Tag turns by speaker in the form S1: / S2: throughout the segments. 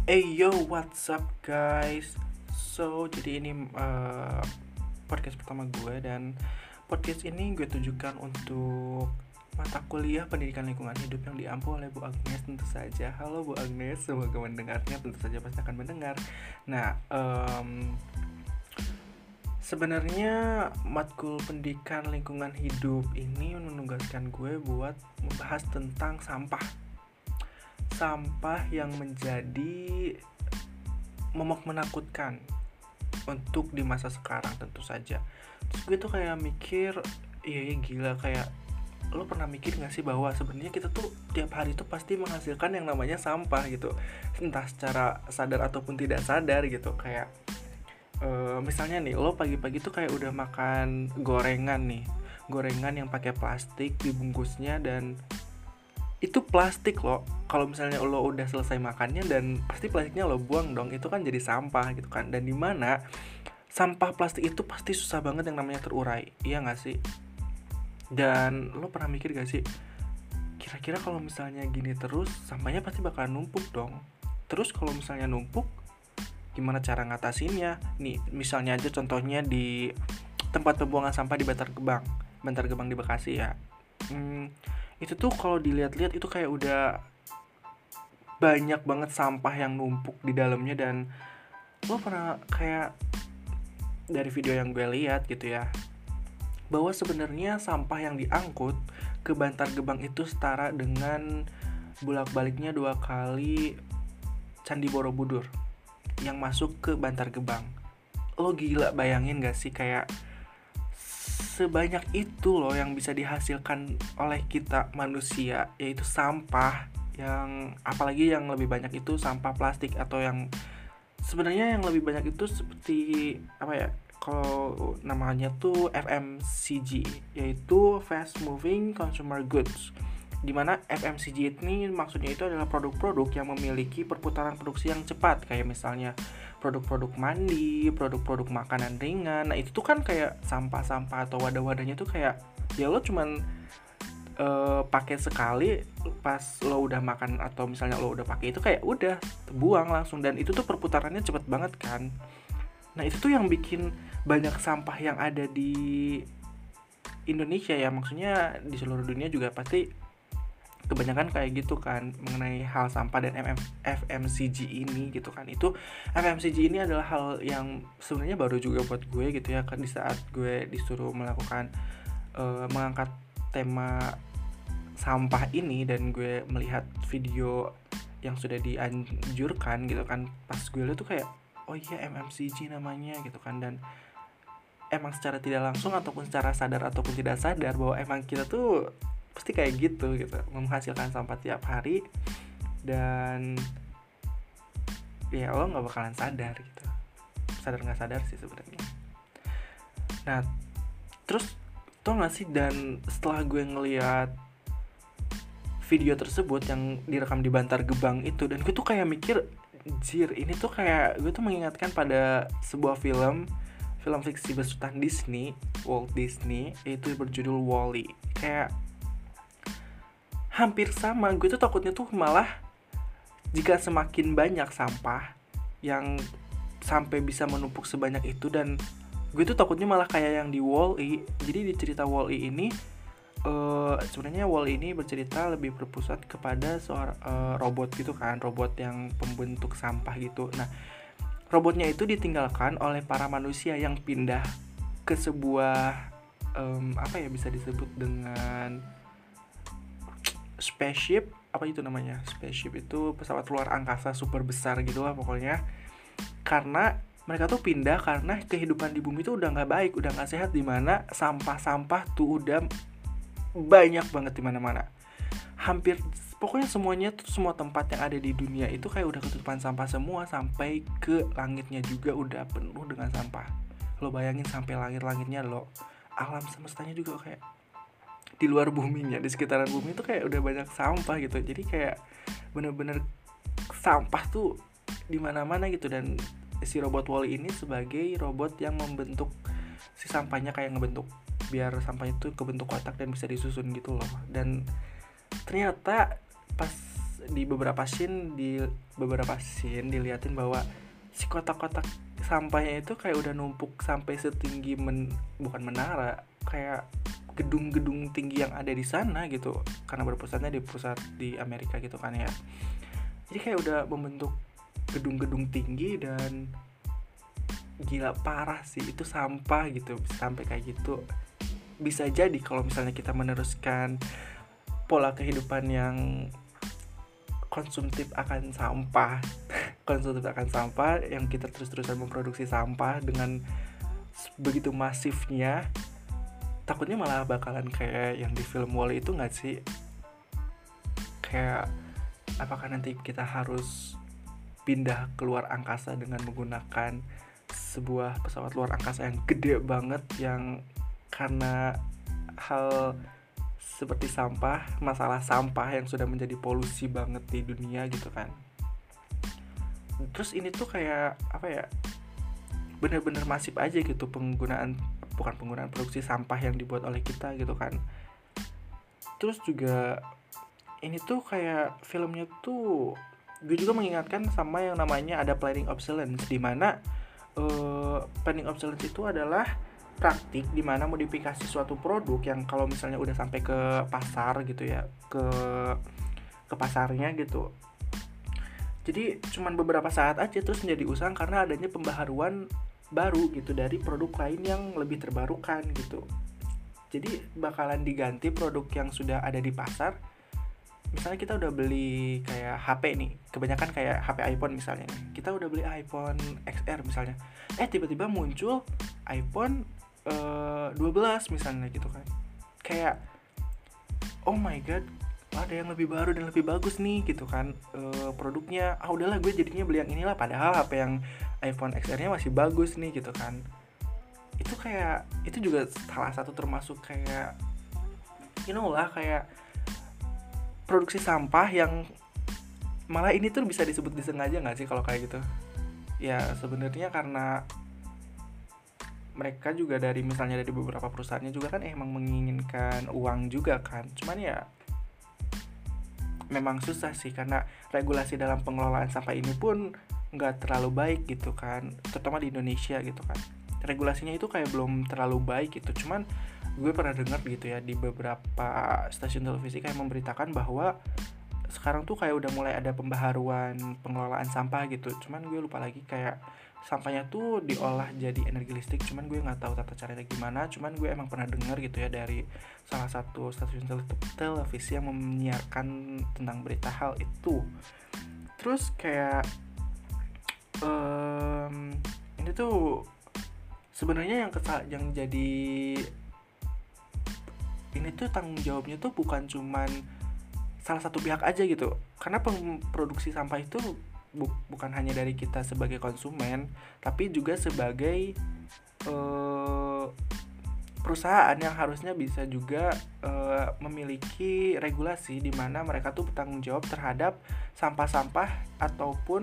S1: Hey yo, what's up guys? Jadi ini podcast pertama gue, dan podcast ini gue tujukan untuk mata kuliah pendidikan lingkungan hidup yang diampu oleh Bu Agnes tentu saja. Halo Bu Agnes, semoga mendengarnya, tentu saja pasti akan mendengar. Nah, sebenarnya matkul pendidikan lingkungan hidup ini menugaskan gue buat membahas tentang sampah. Sampah yang menjadi momok menakutkan untuk di masa sekarang tentu saja. Terus gue tuh kayak mikir, iya gila, kayak lo pernah mikir gak sih bahwa sebenarnya kita tuh tiap hari tuh pasti menghasilkan yang namanya sampah gitu, entah secara sadar ataupun tidak sadar gitu. Kayak misalnya nih, lo pagi-pagi tuh kayak udah makan gorengan yang pakai plastik dibungkusnya, dan itu plastik lo. Kalau misalnya lo udah selesai makannya, dan pasti plastiknya lo buang dong, itu kan jadi sampah gitu kan. Dan dimana sampah plastik itu pasti susah banget yang namanya terurai, iya gak sih? Dan lo pernah mikir gak sih, kira-kira kalau misalnya gini terus sampahnya pasti bakalan numpuk dong. Terus kalau misalnya numpuk, gimana cara ngatasinnya? Nih misalnya aja contohnya di tempat pembuangan sampah di Bantar Gebang di Bekasi ya. Itu tuh kalau dilihat-lihat itu kayak udah banyak banget sampah yang numpuk di dalamnya. Dan lo pernah kayak dari video yang gue lihat gitu ya, bahwa sebenarnya sampah yang diangkut ke Bantar Gebang itu setara dengan bolak-baliknya 2 kali Candi Borobudur yang masuk ke Bantar Gebang. Lo gila, bayangin gak sih kayak sebanyak itu loh yang bisa dihasilkan oleh kita manusia, yaitu sampah. Yang apalagi yang lebih banyak itu sampah plastik, atau yang sebenarnya yang lebih banyak itu seperti apa ya, kalau namanya tuh FMCG, yaitu Fast Moving Consumer Goods. Dimana FMCG ini maksudnya itu adalah produk-produk yang memiliki perputaran produksi yang cepat, kayak misalnya produk-produk mandi, produk-produk makanan ringan. Nah itu tuh kan kayak sampah-sampah atau wadah-wadahnya tuh kayak ya lo cuman pakai sekali, pas lo udah makan atau misalnya lo udah pakai itu kayak udah buang langsung, dan itu tuh perputarannya cepet banget kan. Nah itu tuh yang bikin banyak sampah yang ada di Indonesia ya, maksudnya di seluruh dunia juga pasti kebanyakan kayak gitu kan mengenai hal sampah dan FMCG ini gitu kan. Itu FMCG ini adalah hal yang sebenarnya baru juga buat gue gitu ya kan, di saat gue disuruh melakukan mengangkat tema sampah ini, dan gue melihat video yang sudah dianjurkan gitu kan. Pas gue lihat tuh kayak, oh iya FMCG namanya gitu kan. Dan emang secara tidak langsung ataupun secara sadar ataupun tidak sadar, bahwa emang kita tuh pasti kayak gitu menghasilkan sampah tiap hari. Dan ya lo nggak bakalan sadar gitu, sadar nggak sadar sih sebenarnya. Nah terus tau nggak sih, dan setelah gue ngeliat video tersebut yang direkam di Bantar Gebang itu, dan gue tuh kayak mikir, jir ini tuh kayak gue tuh mengingatkan pada sebuah film fiksi besutan Disney, Walt Disney, yaitu berjudul Wall-E. Kayak hampir sama. Gue tuh takutnya tuh malah jika semakin banyak sampah yang sampai bisa menumpuk sebanyak itu, dan gue tuh takutnya malah kayak yang di Wall-E. Jadi di cerita Wall-E ini sebenarnya Wall-E ini bercerita lebih berpusat kepada seorang robot gitu kan, robot yang pembentuk sampah gitu. Nah robotnya itu ditinggalkan oleh para manusia yang pindah ke sebuah apa ya, bisa disebut dengan spaceship. Apa itu namanya, spaceship itu pesawat luar angkasa super besar gitu lah pokoknya. Karena mereka tuh pindah karena kehidupan di bumi tuh udah nggak baik, udah nggak sehat, dimana sampah-sampah tuh udah banyak banget di mana-mana. Hampir pokoknya semuanya tuh, semua tempat yang ada di dunia itu kayak udah ketutupan sampah semua, sampai ke langitnya juga udah penuh dengan sampah. Lo bayangin sampai langit-langitnya lo, alam semestanya juga kayak di luar buminya, di sekitaran bumi itu kayak udah banyak sampah gitu. Jadi kayak bener-bener sampah tuh di mana-mana gitu. Dan si robot Wall-E ini sebagai robot yang membentuk si sampahnya, kayak ngebentuk biar sampahnya itu kebentuk kotak dan bisa disusun gitu loh. Dan ternyata pas di beberapa scene diliatin bahwa si kotak-kotak sampahnya itu kayak udah numpuk sampai setinggi bukan menara, kayak gedung-gedung tinggi yang ada di sana gitu, karena berpusatnya di Amerika gitu kan ya. Jadi kayak udah membentuk gedung-gedung tinggi, dan gila parah sih itu sampah gitu sampai kayak gitu. Bisa jadi kalau misalnya kita meneruskan pola kehidupan yang konsumtif akan sampah yang kita terus-terusan memproduksi sampah dengan begitu masifnya, takutnya malah bakalan kayak yang di film Wall-E itu nggak sih? Kayak apakah nanti kita harus pindah keluar angkasa dengan menggunakan sebuah pesawat luar angkasa yang gede banget, yang karena hal seperti masalah sampah yang sudah menjadi polusi banget di dunia gitu kan. Terus ini tuh kayak apa ya, benar-benar masif aja gitu penggunaan produksi sampah yang dibuat oleh kita gitu kan. Terus juga ini tuh kayak filmnya tuh gue juga mengingatkan sama yang namanya ada planning obsolescence, di mana planning obsolescence itu adalah praktik di mana modifikasi suatu produk yang kalau misalnya udah sampai ke pasar gitu ya, ke pasarnya gitu, jadi cuman beberapa saat aja terus menjadi usang karena adanya pembaharuan baru gitu dari produk lain yang lebih terbarukan gitu. Jadi bakalan diganti produk yang sudah ada di pasar. Misalnya kita udah beli kayak HP nih, kebanyakan kayak HP iPhone misalnya nih. Kita udah beli iPhone XR misalnya, tiba-tiba muncul iPhone 12 misalnya gitu kan. Kayak oh my god, ada yang lebih baru dan lebih bagus nih gitu kan produknya. Udahlah gue jadinya beli yang inilah, padahal HP yang iPhone XR-nya masih bagus nih gitu kan. Itu kayak itu juga salah satu termasuk kayak kayak produksi sampah yang malah ini tuh bisa disebut disengaja nggak sih kalau kayak gitu? Ya sebenarnya karena mereka juga dari beberapa perusahaannya juga kan emang menginginkan uang juga kan. Cuman ya memang susah sih karena regulasi dalam pengelolaan sampah ini pun nggak terlalu baik gitu kan, terutama di Indonesia gitu kan. Regulasinya itu kayak belum terlalu baik gitu. Cuman gue pernah dengar gitu ya di beberapa stasiun televisi kayak memberitakan bahwa sekarang tuh kayak udah mulai ada pembaharuan pengelolaan sampah gitu. Cuman gue lupa lagi kayak sampahnya tuh diolah jadi energi listrik. Cuman gue nggak tahu tata caranya gimana. Cuman gue emang pernah dengar gitu ya dari salah satu stasiun televisi yang menyiarkan tentang berita hal itu. Terus kayak ini tuh sebenarnya yang jadi ini tuh tanggung jawabnya tuh bukan cuman salah satu pihak aja gitu, karena produksi sampah itu bukan hanya dari kita sebagai konsumen, tapi juga sebagai perusahaan yang harusnya bisa juga memiliki regulasi di mana mereka tuh bertanggung jawab terhadap sampah-sampah ataupun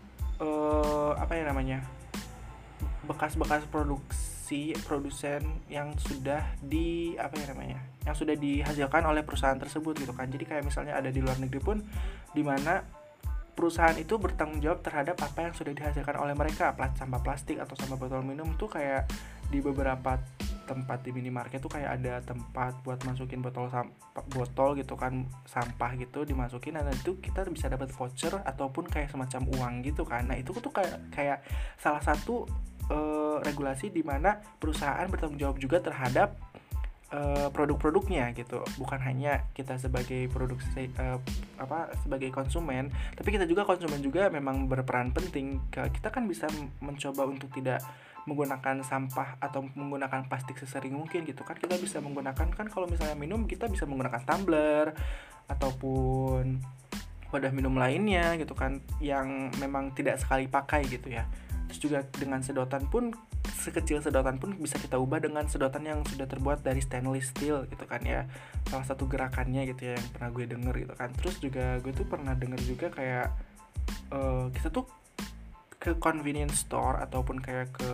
S1: bekas-bekas produsen yang sudah yang sudah dihasilkan oleh perusahaan tersebut gitu kan. Jadi kayak misalnya ada di luar negeri pun di mana perusahaan itu bertanggung jawab terhadap apa yang sudah dihasilkan oleh mereka. Sampah plastik atau sampah botol minum tuh kayak di beberapa tempat di minimarket tuh kayak ada tempat buat masukin botol gitu kan, sampah gitu dimasukin, dan itu kita bisa dapat voucher ataupun kayak semacam uang gitu kan. Nah itu tuh kayak salah satu regulasi di mana perusahaan bertanggung jawab juga terhadap produk-produknya gitu. Bukan hanya kita sebagai sebagai konsumen, tapi kita juga konsumen juga memang berperan penting. Kita kan bisa mencoba untuk tidak menggunakan sampah atau menggunakan plastik sesering mungkin gitu kan. Kita bisa menggunakan kan, kalau misalnya minum kita bisa menggunakan tumbler ataupun wadah minum lainnya gitu kan, yang memang tidak sekali pakai gitu ya. Terus juga dengan sedotan pun, sekecil sedotan pun bisa kita ubah dengan sedotan yang sudah terbuat dari stainless steel gitu kan ya. Salah satu gerakannya gitu ya yang pernah gue denger gitu kan. Terus juga gue tuh pernah denger juga kayak kita tuh ke convenience store ataupun kayak ke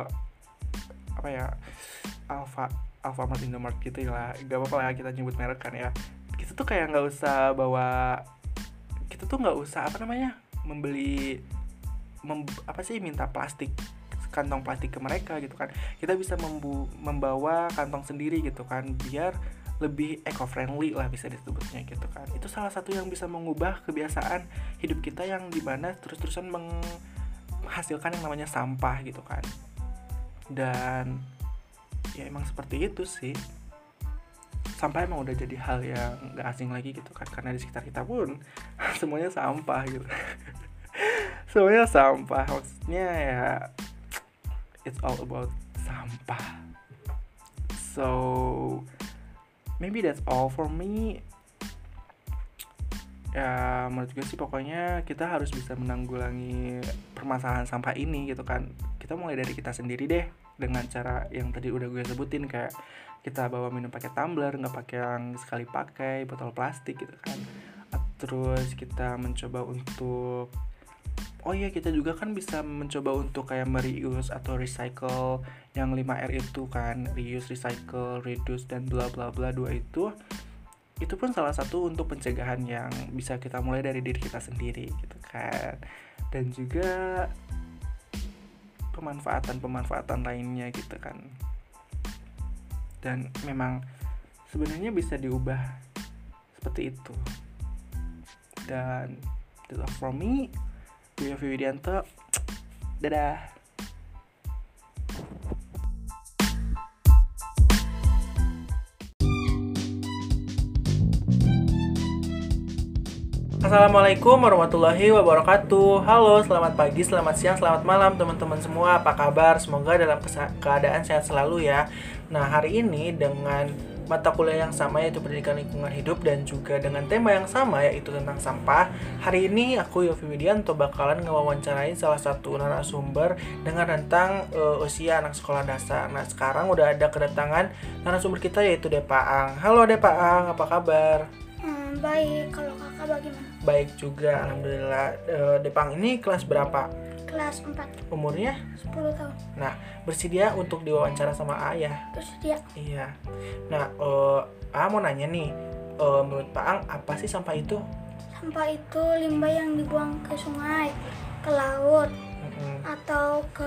S1: Alfamart, Indomart gitu lah. Gak apa-apa lah kita nyebut merek kan ya. Kita tuh kayak gak usah bawa kita tuh nggak usah membeli minta kantong plastik ke mereka gitu kan. Kita bisa membawa kantong sendiri gitu kan, biar lebih eco-friendly lah bisa disebutnya gitu kan. Itu salah satu yang bisa mengubah kebiasaan hidup kita yang dimana terus-terusan menghasilkan yang namanya sampah gitu kan. Dan ya emang seperti itu sih, sampah emang udah jadi hal yang gak asing lagi gitu kan, karena di sekitar kita pun semuanya sampah gitu. Semuanya sampah, maksudnya ya it's all about sampah. So maybe that's all for me. Ya menurut gue sih pokoknya kita harus bisa menanggulangi permasalahan sampah ini gitu kan. Kita mulai dari kita sendiri deh, dengan cara yang tadi udah gue sebutin, kayak kita bawa minum pakai tumbler, nggak pakai yang sekali pakai botol plastik gitu kan. Terus kita mencoba untuk kita juga kan bisa mencoba untuk kayak mereuse atau recycle yang 5R itu kan, reuse, recycle, reduce, dan bla bla bla 2 itu pun salah satu untuk pencegahan yang bisa kita mulai dari diri kita sendiri gitu kan. Dan juga pemanfaatan lainnya gitu kan. Dan memang sebenarnya bisa diubah seperti itu. Dan that's all from me. Gue Yofi Widianto. Dadah. Assalamualaikum warahmatullahi wabarakatuh. Halo, selamat pagi, selamat siang, selamat malam teman-teman semua. Apa kabar? Semoga dalam keadaan sehat selalu ya. Nah, hari ini dengan mata kuliah yang sama, yaitu pendidikan lingkungan hidup, dan juga dengan tema yang sama, yaitu tentang sampah. Hari ini aku Yofi Widianto bakalan ngewawancarain salah satu narasumber dengan tentang usia anak sekolah dasar. Nah, sekarang udah ada kedatangan narasumber kita, yaitu Depa Ang. Halo Depa Ang, apa kabar?
S2: Baik, kalau kakak bagaimana?
S1: Baik juga, alhamdulillah. Depa Ang ini kelas berapa?
S2: Kelas 4.
S1: Umurnya?
S2: 10 tahun.
S1: Nah, bersedia untuk diwawancara sama Ayah?
S2: Bersedia.
S1: Iya. Nah, mau nanya nih, menurut Pak Ang, apa sih sampah itu?
S2: Sampah itu limbah yang dibuang ke sungai, ke laut, atau ke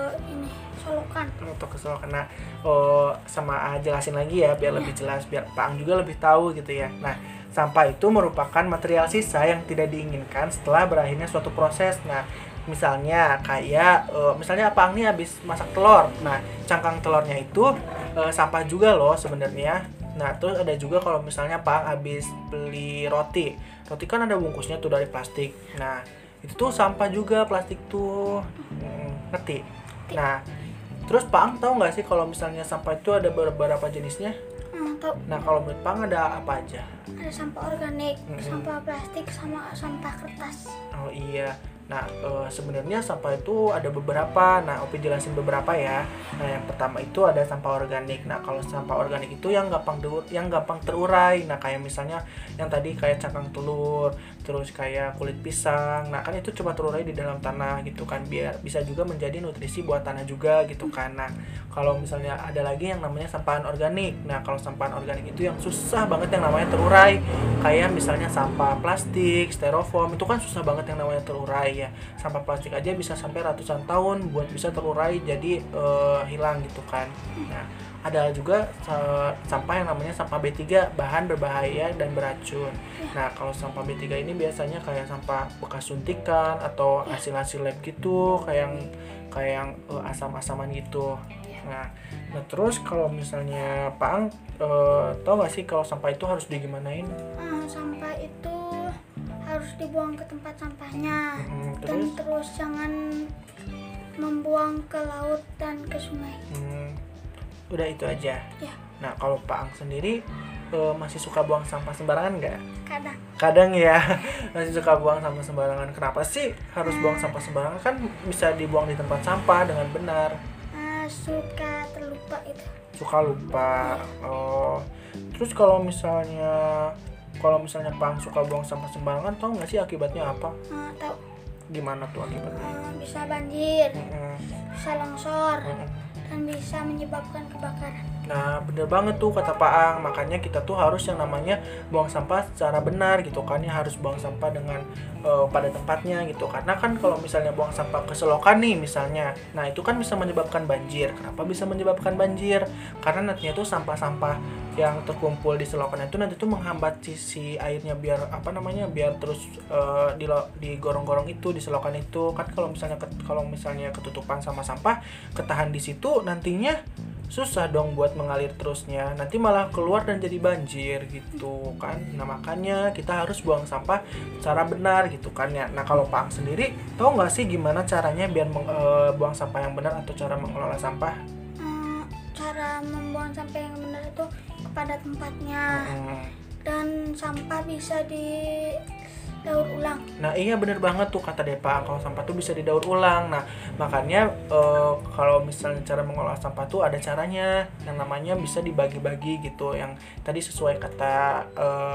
S2: solokan.
S1: Atau ke solokan. Nah, sama jelasin lagi ya, biar lebih jelas, biar Pak Ang juga lebih tahu gitu ya. Nah, sampah itu merupakan material sisa yang tidak diinginkan setelah berakhirnya suatu proses. Nah, misalnya kayak misalnya Pak Ang nih habis masak telur. Nah, cangkang telurnya itu sampah juga loh sebenarnya. Nah, terus ada juga kalau misalnya Pak Ang habis beli roti. Roti kan ada bungkusnya tuh dari plastik. Nah, itu tuh sampah juga plastik tuh. Ngerti? Nah, terus Pak Ang tahu nggak sih kalau misalnya sampah itu ada beberapa jenisnya?
S2: Tahu.
S1: Nah, kalau menurut Pak Ang ada apa aja?
S2: Ada sampah organik, sampah plastik, sama sampah kertas.
S1: Oh iya. Nah, sebenarnya sampah itu ada beberapa. Nah, Opi jelasin beberapa ya. Nah, yang pertama itu ada sampah organik. Nah, kalau sampah organik itu yang gampang terurai. Nah, kayak misalnya yang tadi kayak cangkang telur, terus kayak kulit pisang. Nah, kan itu coba terurai di dalam tanah gitu kan, biar bisa juga menjadi nutrisi buat tanah juga gitu kan. Nah, kalau misalnya ada lagi yang namanya sampah organik. Nah, kalau sampah organik itu yang susah banget yang namanya terurai. Kayak misalnya sampah plastik, styrofoam, itu kan susah banget yang namanya terurai ya. Sampah plastik aja bisa sampai ratusan tahun buat bisa terurai jadi hilang gitu kan. Nah, ada juga sampah yang namanya sampah B3, bahan berbahaya dan beracun. Nah, kalau sampah B3 ini biasanya kayak sampah bekas suntikan atau hasil-hasil lab gitu, kayak yang asam-asaman gitu. Nah, terus kalau misalnya Pak Ang tau gak sih kalau sampah itu harus digimanain?
S2: Sampah itu harus dibuang ke tempat sampahnya, dan terus jangan membuang ke laut dan ke sungai.
S1: Udah itu aja.
S2: Ya.
S1: Nah, kalau Pak Ang sendiri masih suka buang sampah sembarangan nggak?
S2: Kadang
S1: Ya, masih suka buang sampah sembarangan. Kenapa sih harus buang sampah sembarangan? Kan bisa dibuang di tempat sampah dengan benar.
S2: Suka terlupa itu.
S1: Suka lupa. Oh, terus kalau misalnya Pak Ang suka buang sampah sembarangan, tau nggak sih akibatnya apa?
S2: Tahu.
S1: Gimana tuh akibatnya?
S2: Bisa banjir, bisa longsor, dan bisa menyebabkan kebakaran.
S1: Nah, bener banget tuh kata Pak Ang. Makanya kita tuh harus yang namanya buang sampah secara benar gitu kan ya, harus buang sampah dengan pada tempatnya gitu. Karena kan kalau misalnya buang sampah ke selokan nih misalnya, nah itu kan bisa menyebabkan banjir. Kenapa bisa menyebabkan banjir? Karena nantinya tuh sampah-sampah yang terkumpul di selokan itu nanti tuh menghambat si airnya biar biar terus digorong-gorong itu di selokan itu kan. Kalau misalnya ketutupan sama sampah ketahan di situ, nantinya susah dong buat mengalir terusnya, nanti malah keluar dan jadi banjir gitu kan. Nah makanya kita harus buang sampah secara benar gitu kan ya. Nah kalau Pak Ang sendiri tahu nggak sih gimana caranya biar buang sampah yang benar atau cara mengelola sampah?
S2: Cara membuang sampah yang benar itu kepada tempatnya, dan sampah bisa didaur ulang.
S1: Nah iya bener banget tuh kata Depa, kalau sampah tuh bisa didaur ulang. Nah makanya kalau misalnya cara mengolah sampah tuh ada caranya, yang namanya bisa dibagi-bagi gitu. Yang tadi sesuai kata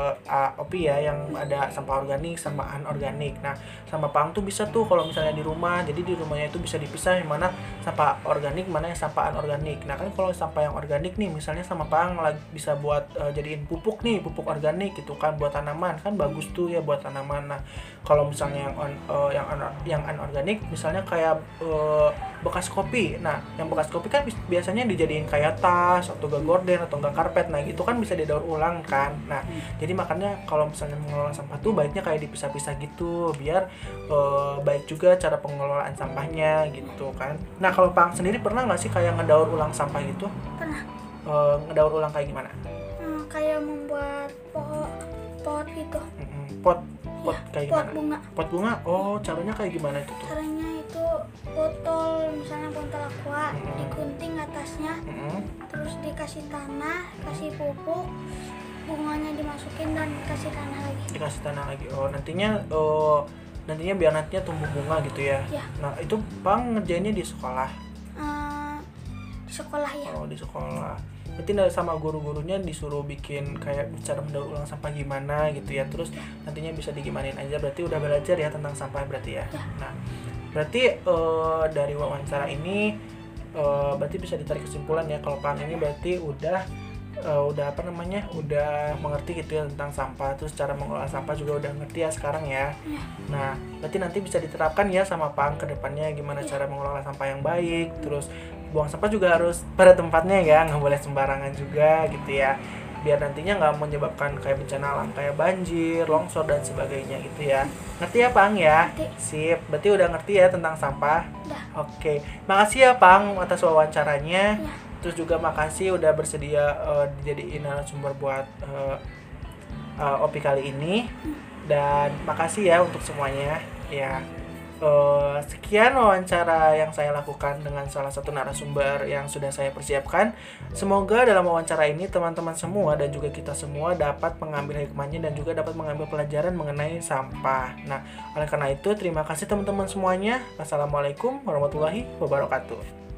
S1: Opi ya, yang ada sampah organik sama anorganik. Nah sampah Pang tuh bisa tuh kalau misalnya di rumah, jadi di rumahnya itu bisa dipisah yang mana sampah organik, mana yang sampah anorganik. Nah kan kalau sampah yang organik nih misalnya sama Pang bisa buat jadiin pupuk nih, pupuk organik gitu kan buat tanaman, kan bagus tuh ya buat tanaman. Nah kalau misalnya yang anorganik misalnya kayak bekas kopi. Nah yang bekas kopi kan biasanya dijadiin kayak tas atau enggak gorden atau enggak karpet. Nah itu kan bisa didaur ulang kan. Nah jadi makanya kalau misalnya mengelola sampah tuh baiknya kayak dipisah-pisah gitu, biar baik juga cara pengelolaan sampahnya gitu kan. Nah kalau Pang sendiri pernah nggak sih kayak ngedaur ulang sampah gitu?
S2: Pernah.
S1: Ngedaur ulang kayak gimana?
S2: Kayak membuat pot gitu.
S1: Pot kayak
S2: pot
S1: gimana?
S2: Bunga.
S1: Pot bunga. Oh, caranya kayak gimana itu tuh?
S2: Caranya itu misalnya botol aqua, digunting atasnya, terus dikasih tanah, kasih pupuk, bunganya dimasukin dan kasih tanah lagi.
S1: Dikasih tanah lagi. Oh, nantinya biar nantinya tumbuh bunga gitu ya.
S2: Ya.
S1: Nah, itu Bang ngerjainnya di sekolah.
S2: Di sekolah ya.
S1: Oh, di sekolah. Berarti sama guru-gurunya disuruh bikin kayak cara mendaur ulang sampah gimana gitu ya. Terus nantinya bisa digimanain aja. Berarti udah belajar ya tentang sampah berarti ya. Nah, berarti dari wawancara ini berarti bisa ditarik kesimpulan ya kalau Pang ini berarti udah mengerti gitu ya tentang sampah. Terus cara mengolah sampah juga udah ngerti ya sekarang ya. Nah berarti nanti bisa diterapkan ya sama Pang ke depannya gimana cara mengelola sampah yang baik. Terus buang sampah juga harus pada tempatnya ya, nggak boleh sembarangan juga gitu ya, biar nantinya nggak menyebabkan kayak bencana alam kayak banjir, longsor dan sebagainya gitu ya. Ngerti ya Pang ya? Sip, berarti udah ngerti ya tentang sampah? Oke, makasih ya Pang atas wawancaranya. Terus juga makasih udah bersedia dijadiin narasumber buat Opi kali ini. Dan makasih ya untuk semuanya ya. Sekian wawancara yang saya lakukan dengan salah satu narasumber yang sudah saya persiapkan. Semoga dalam wawancara ini teman-teman semua dan juga kita semua dapat mengambil hikmahnya dan juga dapat mengambil pelajaran mengenai sampah. Nah, oleh karena itu terima kasih teman-teman semuanya. Assalamualaikum warahmatullahi wabarakatuh.